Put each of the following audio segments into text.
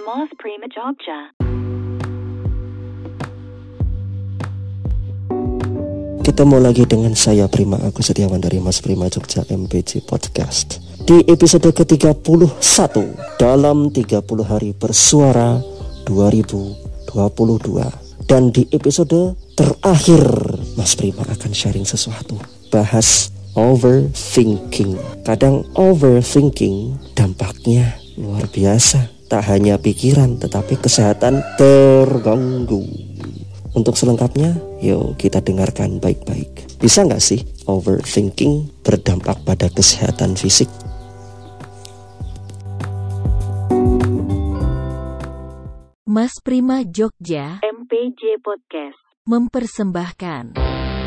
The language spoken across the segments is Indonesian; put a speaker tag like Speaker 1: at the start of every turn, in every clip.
Speaker 1: Mas Prima Jogja.
Speaker 2: Ketemu lagi dengan saya Prima Agus Setiawan dari Mas Prima Jogja MPJ Podcast. Di episode ke-31 dalam 30 hari bersuara 2022. Dan di episode terakhir Mas Prima akan sharing sesuatu. Bahas overthinking. Kadang overthinking dampaknya luar biasa. Tak hanya pikiran tetapi kesehatan terganggu. Untuk selengkapnya, yuk kita dengarkan baik-baik. Bisa nggak sih overthinking berdampak pada kesehatan fisik?
Speaker 3: Mas Prima Jogja
Speaker 1: MPJ Podcast
Speaker 3: mempersembahkan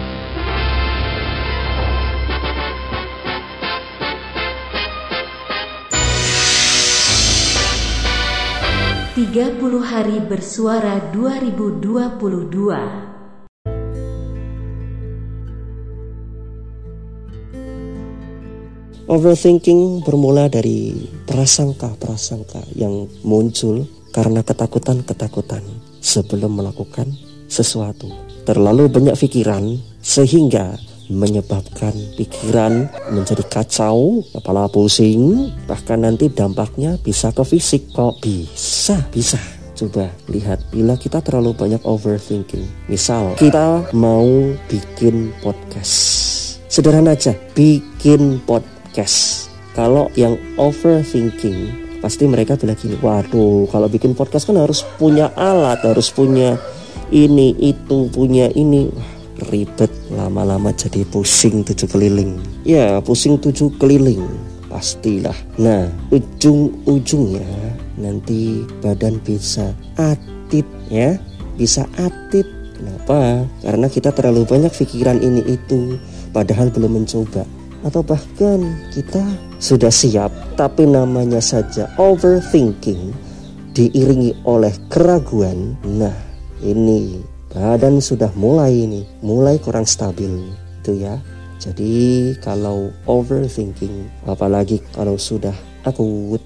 Speaker 3: 30 hari bersuara 2022.
Speaker 2: Overthinking bermula dari prasangka-prasangka yang muncul karena ketakutan-ketakutan sebelum melakukan sesuatu. Terlalu banyak pikiran sehingga menyebabkan pikiran menjadi kacau, kepala pusing, bahkan nanti dampaknya bisa ke fisik. Kok bisa? Bisa. Coba lihat, bila kita terlalu banyak overthinking, misal kita mau bikin podcast, sederhana aja, bikin podcast. Kalau yang overthinking, pasti mereka bilang gini, waduh, kalau bikin podcast kan harus punya alat, harus punya ini, itu, punya ini. Ribet, lama-lama jadi pusing 7 keliling. Ya, pusing 7 keliling pastilah. Nah, ujung-ujungnya nanti badan bisa atit ya. Bisa atit. Kenapa? Karena kita terlalu banyak pikiran ini itu padahal belum mencoba. Atau bahkan kita sudah siap tapi namanya saja overthinking diiringi oleh keraguan. Nah, ini badan sudah mulai kurang stabil itu ya. Jadi kalau overthinking, apalagi kalau sudah akut,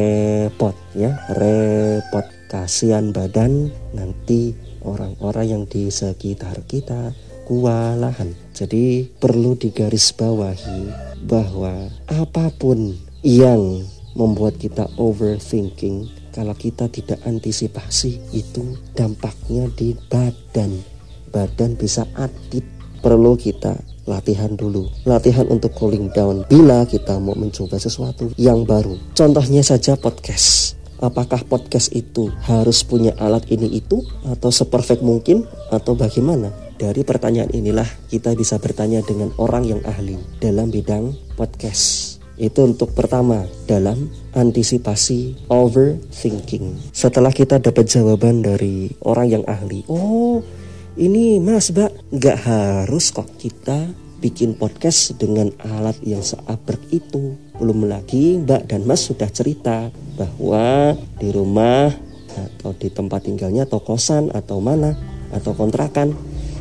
Speaker 2: repot ya, repot, kasihan badan, nanti orang-orang yang di sekitar kita kewalahan. Jadi perlu digarisbawahi bahwa apapun yang membuat kita overthinking, kalau kita tidak antisipasi, itu dampaknya di badan. Badan bisa atit. Perlu kita latihan dulu. Latihan untuk cooling down bila kita mau mencoba sesuatu yang baru. Contohnya saja podcast. Apakah podcast itu harus punya alat ini itu? Atau seperfect mungkin? Atau bagaimana? Dari pertanyaan inilah kita bisa bertanya dengan orang yang ahli dalam bidang podcast. Itu untuk pertama dalam antisipasi overthinking. Setelah kita dapat jawaban dari orang yang ahli, oh ini mas mbak, gak harus kok kita bikin podcast dengan alat yang seabrek itu. Belum lagi mbak dan mas sudah cerita bahwa di rumah atau di tempat tinggalnya atau kosan atau mana atau kontrakan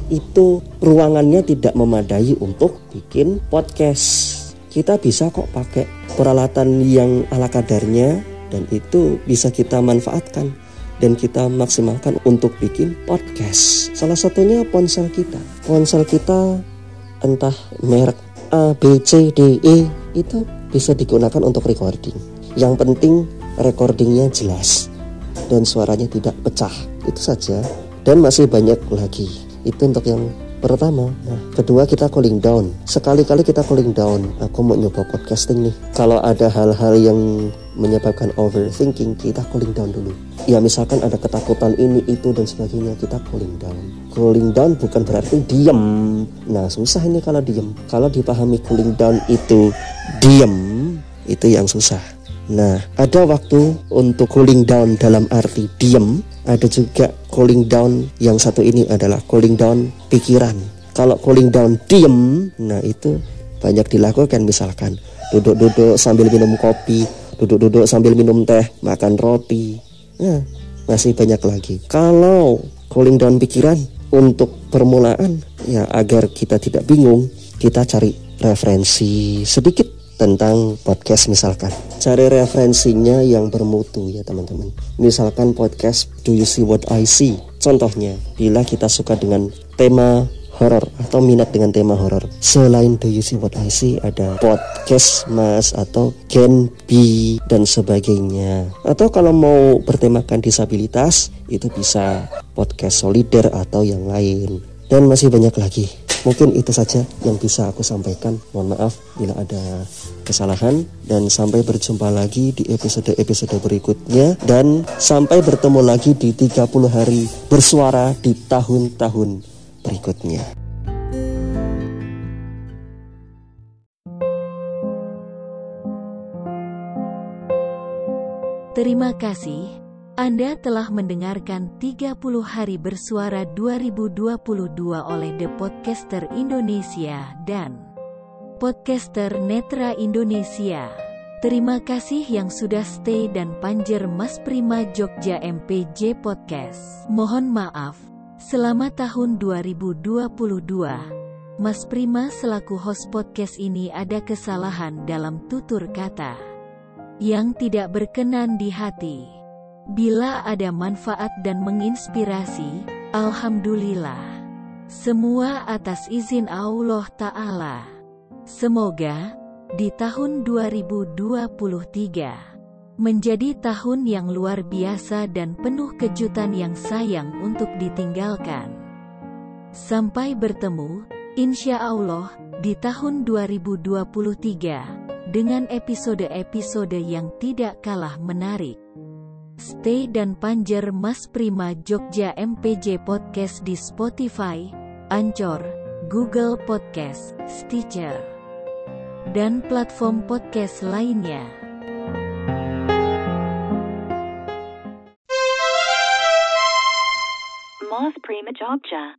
Speaker 2: itu ruangannya tidak memadai untuk bikin podcast. Kita bisa kok pakai peralatan yang ala kadarnya dan itu bisa kita manfaatkan dan kita maksimalkan untuk bikin podcast. Salah satunya ponsel kita. Ponsel kita entah merek A, B, C, D, E itu bisa digunakan untuk recording. Yang penting recordingnya jelas dan suaranya tidak pecah. Itu saja dan masih banyak lagi. Itu untuk yang pertama. Nah, kedua kita cooling down. Sekali-kali kita cooling down. Aku mau nyoba podcasting nih. Kalau ada hal-hal yang menyebabkan overthinking, kita cooling down dulu. Ya misalkan ada ketakutan ini, itu dan sebagainya, kita cooling down. Cooling down bukan berarti diem. Nah susah ini kalau diem. Kalau dipahami cooling down itu diem, itu yang susah. Nah ada waktu untuk cooling down dalam arti diem. Ada juga cooling down yang satu ini adalah cooling down pikiran. Kalau cooling down diem, nah itu banyak dilakukan, misalkan duduk-duduk sambil minum kopi, duduk-duduk sambil minum teh, makan roti. Nah, masih banyak lagi. Kalau cooling down pikiran untuk permulaan, ya agar kita tidak bingung, kita cari referensi sedikit tentang podcast misalkan. Cari referensinya yang bermutu ya teman-teman. Misalkan podcast Do You See What I See? Contohnya, bila kita suka dengan tema horor atau minat dengan tema horor, selain Do You See What I See ada podcast Mas atau Gen B dan sebagainya. Atau kalau mau bertemakan disabilitas, itu bisa podcast Solider atau yang lain. Dan masih banyak lagi. Mungkin itu saja yang bisa aku sampaikan. Mohon maaf bila ada kesalahan, dan sampai berjumpa lagi di episode-episode berikutnya, dan sampai bertemu lagi di 30 hari bersuara di tahun-tahun berikutnya.
Speaker 3: Terima kasih. Anda telah mendengarkan 30 Hari Bersuara 2022 oleh The Podcaster Indonesia dan Podcaster Netra Indonesia. Terima kasih yang sudah stay dan panjer Mas Prima Jogja MPJ Podcast. Mohon maaf, selama tahun 2022, Mas Prima selaku host podcast ini ada kesalahan dalam tutur kata yang tidak berkenan di hati. Bila ada manfaat dan menginspirasi, alhamdulillah. Semua atas izin Allah Ta'ala. Semoga di tahun 2023 menjadi tahun yang luar biasa dan penuh kejutan yang sayang untuk ditinggalkan. Sampai bertemu, insya Allah, di tahun 2023 dengan episode-episode yang tidak kalah menarik. Stay dan panjer Mas Prima Jogja MPJ Podcast di Spotify, Anchor, Google Podcast, Stitcher, dan platform podcast lainnya.
Speaker 1: Mas Prima Jogja.